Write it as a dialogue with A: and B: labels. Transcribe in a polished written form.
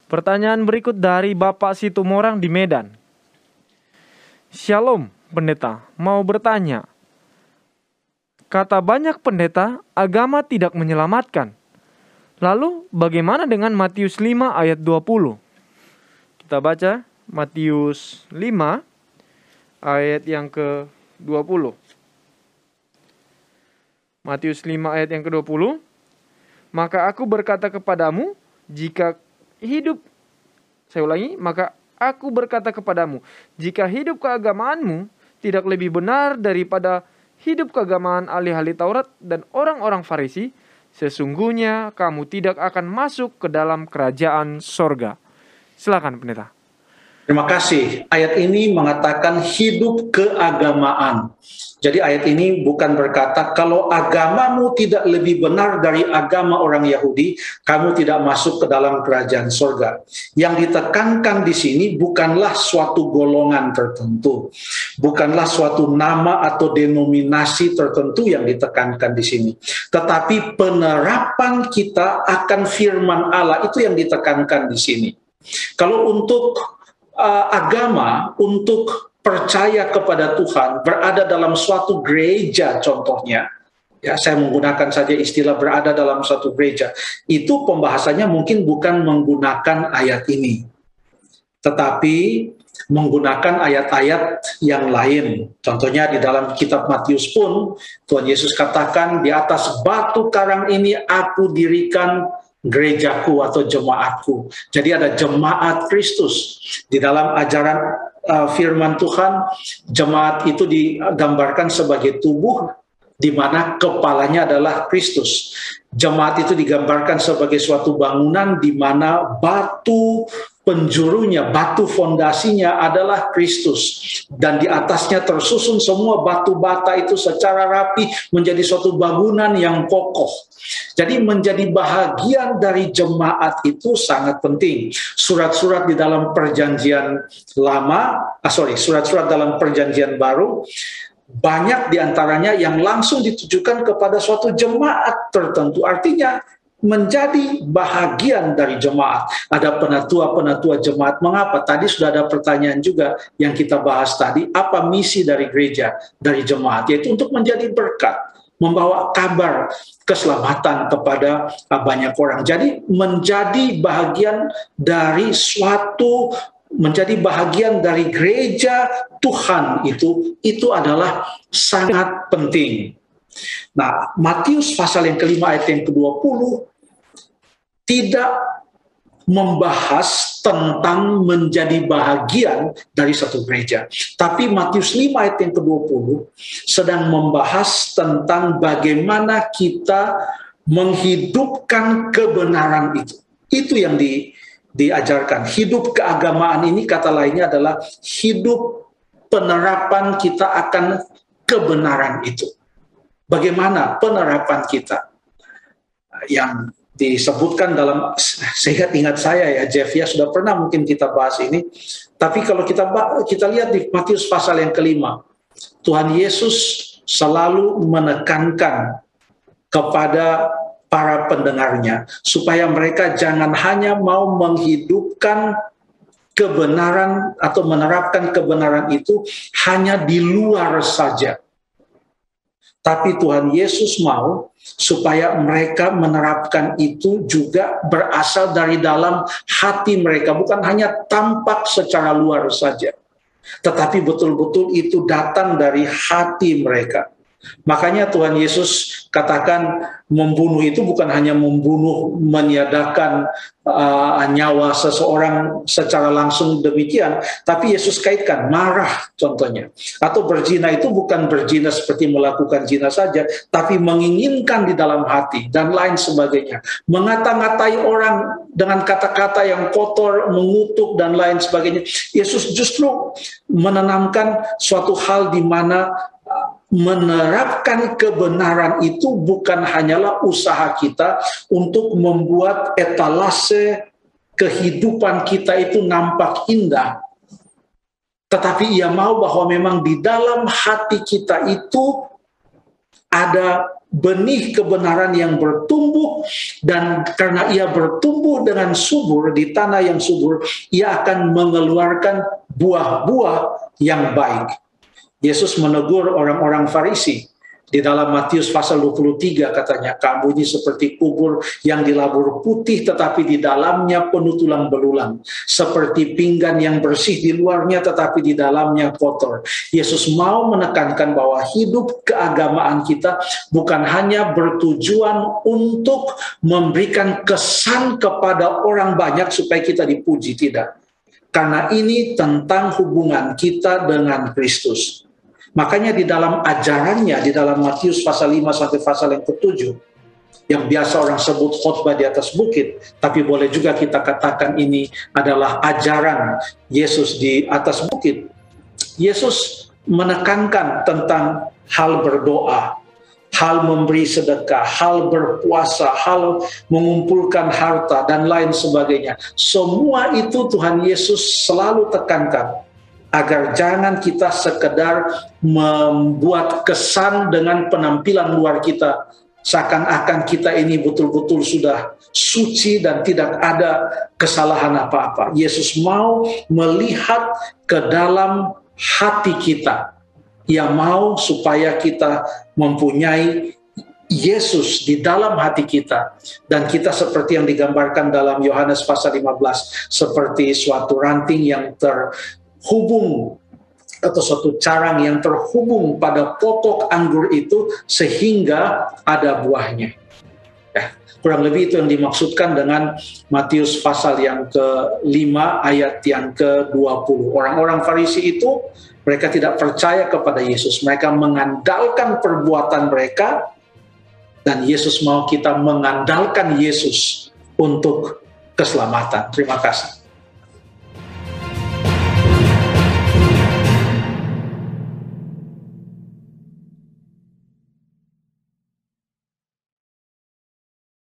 A: Pertanyaan berikut dari Bapak Situmorang di Medan. Shalom, pendeta. Mau bertanya. Kata banyak pendeta, agama tidak menyelamatkan. Lalu, bagaimana dengan Matius 5 ayat 20? Kita baca Matius 5 ayat yang ke-20. Matius 5 ayat yang ke-20. Maka aku berkata kepadamu, maka aku berkata kepadamu, jika hidup keagamaanmu tidak lebih benar daripada hidup keagamaan ahli-ahli Taurat dan orang-orang Farisi, sesungguhnya kamu tidak akan masuk ke dalam kerajaan sorga. Silakan pendeta.
B: Terima kasih. Ayat ini mengatakan hidup keagamaan. Jadi ayat ini bukan berkata kalau agamamu tidak lebih benar dari agama orang Yahudi, kamu tidak masuk ke dalam kerajaan sorga. Yang ditekankan di sini bukanlah suatu golongan tertentu, bukanlah suatu nama atau denominasi tertentu yang ditekankan di sini, tetapi penerapan kita akan firman Allah itu yang ditekankan di sini. Kalau untuk agama, untuk percaya kepada Tuhan, berada dalam suatu gereja contohnya, ya saya menggunakan saja istilah berada dalam suatu gereja, itu pembahasannya mungkin bukan menggunakan ayat ini, tetapi menggunakan ayat-ayat yang lain. Contohnya di dalam kitab Matius pun, Tuhan Yesus katakan, di atas batu karang ini aku dirikan gerejaku atau jemaatku. Jadi ada jemaat Kristus. Di dalam ajaran firman Tuhan, jemaat itu digambarkan sebagai tubuh di mana kepalanya adalah Kristus. Jemaat itu digambarkan sebagai suatu bangunan di mana batu penjurunya, batu fondasinya adalah Kristus. Dan di atasnya tersusun semua batu bata itu secara rapi menjadi suatu bangunan yang kokoh. Jadi menjadi bahagian dari jemaat itu sangat penting. Surat-surat di dalam perjanjian surat-surat dalam perjanjian baru, banyak diantaranya yang langsung ditujukan kepada suatu jemaat tertentu. Artinya menjadi bahagian dari jemaat. Ada penatua-penatua jemaat. Mengapa? Tadi sudah ada pertanyaan juga yang kita bahas tadi. Apa misi dari gereja, dari jemaat? Yaitu untuk menjadi berkat, membawa kabar keselamatan kepada banyak orang. Jadi menjadi bahagian dari menjadi bahagian dari gereja Tuhan itu adalah sangat penting. Nah, Matius pasal yang kelima ayat yang ke-20 tidak membahas tentang menjadi bahagian dari satu gereja. Tapi Matius 5 ayat yang ke-20 sedang membahas tentang bagaimana kita menghidupkan kebenaran itu. Itu yang diajarkan. Hidup keagamaan ini kata lainnya adalah hidup penerapan kita akan kebenaran itu. Bagaimana penerapan kita yang disebutkan dalam, ingat saya ya, Jeff ya, sudah pernah mungkin kita bahas ini, tapi kalau kita lihat di Matius pasal yang kelima, Tuhan Yesus selalu menekankan kepada para pendengarnya, supaya mereka jangan hanya mau menghidupkan kebenaran atau menerapkan kebenaran itu hanya di luar saja. Tapi Tuhan Yesus mau supaya mereka menerapkan itu juga berasal dari dalam hati mereka. Bukan hanya tampak secara luar saja, tetapi betul-betul itu datang dari hati mereka. Makanya Tuhan Yesus katakan membunuh itu bukan hanya membunuh, meniadakan nyawa seseorang secara langsung demikian, tapi Yesus kaitkan marah contohnya. Atau berzina itu bukan berzina seperti melakukan zina saja, tapi menginginkan di dalam hati dan lain sebagainya. Mengata-ngatai orang dengan kata-kata yang kotor, mengutuk dan lain sebagainya. Yesus justru menanamkan suatu hal di mana menerapkan kebenaran itu bukan hanyalah usaha kita untuk membuat etalase kehidupan kita itu nampak indah, tetapi Ia mau bahwa memang di dalam hati kita itu ada benih kebenaran yang bertumbuh, dan karena ia bertumbuh dengan subur di tanah yang subur, ia akan mengeluarkan buah-buah yang baik. Yesus menegur orang-orang Farisi. Di dalam Matius pasal 23 katanya, kamu ini seperti kubur yang dilabur putih tetapi di dalamnya penuh tulang belulang. Seperti pinggan yang bersih di luarnya tetapi di dalamnya kotor. Yesus mau menekankan bahwa hidup keagamaan kita bukan hanya bertujuan untuk memberikan kesan kepada orang banyak supaya kita dipuji, tidak. Karena ini tentang hubungan kita dengan Kristus. Makanya di dalam ajarannya, di dalam Matius pasal 5 sampai pasal yang ke-7, yang biasa orang sebut khotbah di atas bukit, tapi boleh juga kita katakan ini adalah ajaran Yesus di atas bukit. Yesus menekankan tentang hal berdoa, hal memberi sedekah, hal berpuasa, hal mengumpulkan harta, dan lain sebagainya. Semua itu Tuhan Yesus selalu tekankan, agar jangan kita sekedar membuat kesan dengan penampilan luar kita, seakan-akan kita ini betul-betul sudah suci dan tidak ada kesalahan apa-apa. Yesus mau melihat ke dalam hati kita. Ia mau supaya kita mempunyai Yesus di dalam hati kita, dan kita seperti yang digambarkan dalam Yohanes pasal 15, seperti suatu ranting yang terhubung atau suatu carang yang terhubung pada pokok anggur itu sehingga ada buahnya. Kurang lebih itu yang dimaksudkan dengan Matius pasal yang ke-5 ayat yang ke-20. Orang-orang Farisi itu, mereka tidak percaya kepada Yesus. Mereka mengandalkan perbuatan mereka, dan Yesus mau kita mengandalkan Yesus untuk keselamatan. Terima kasih.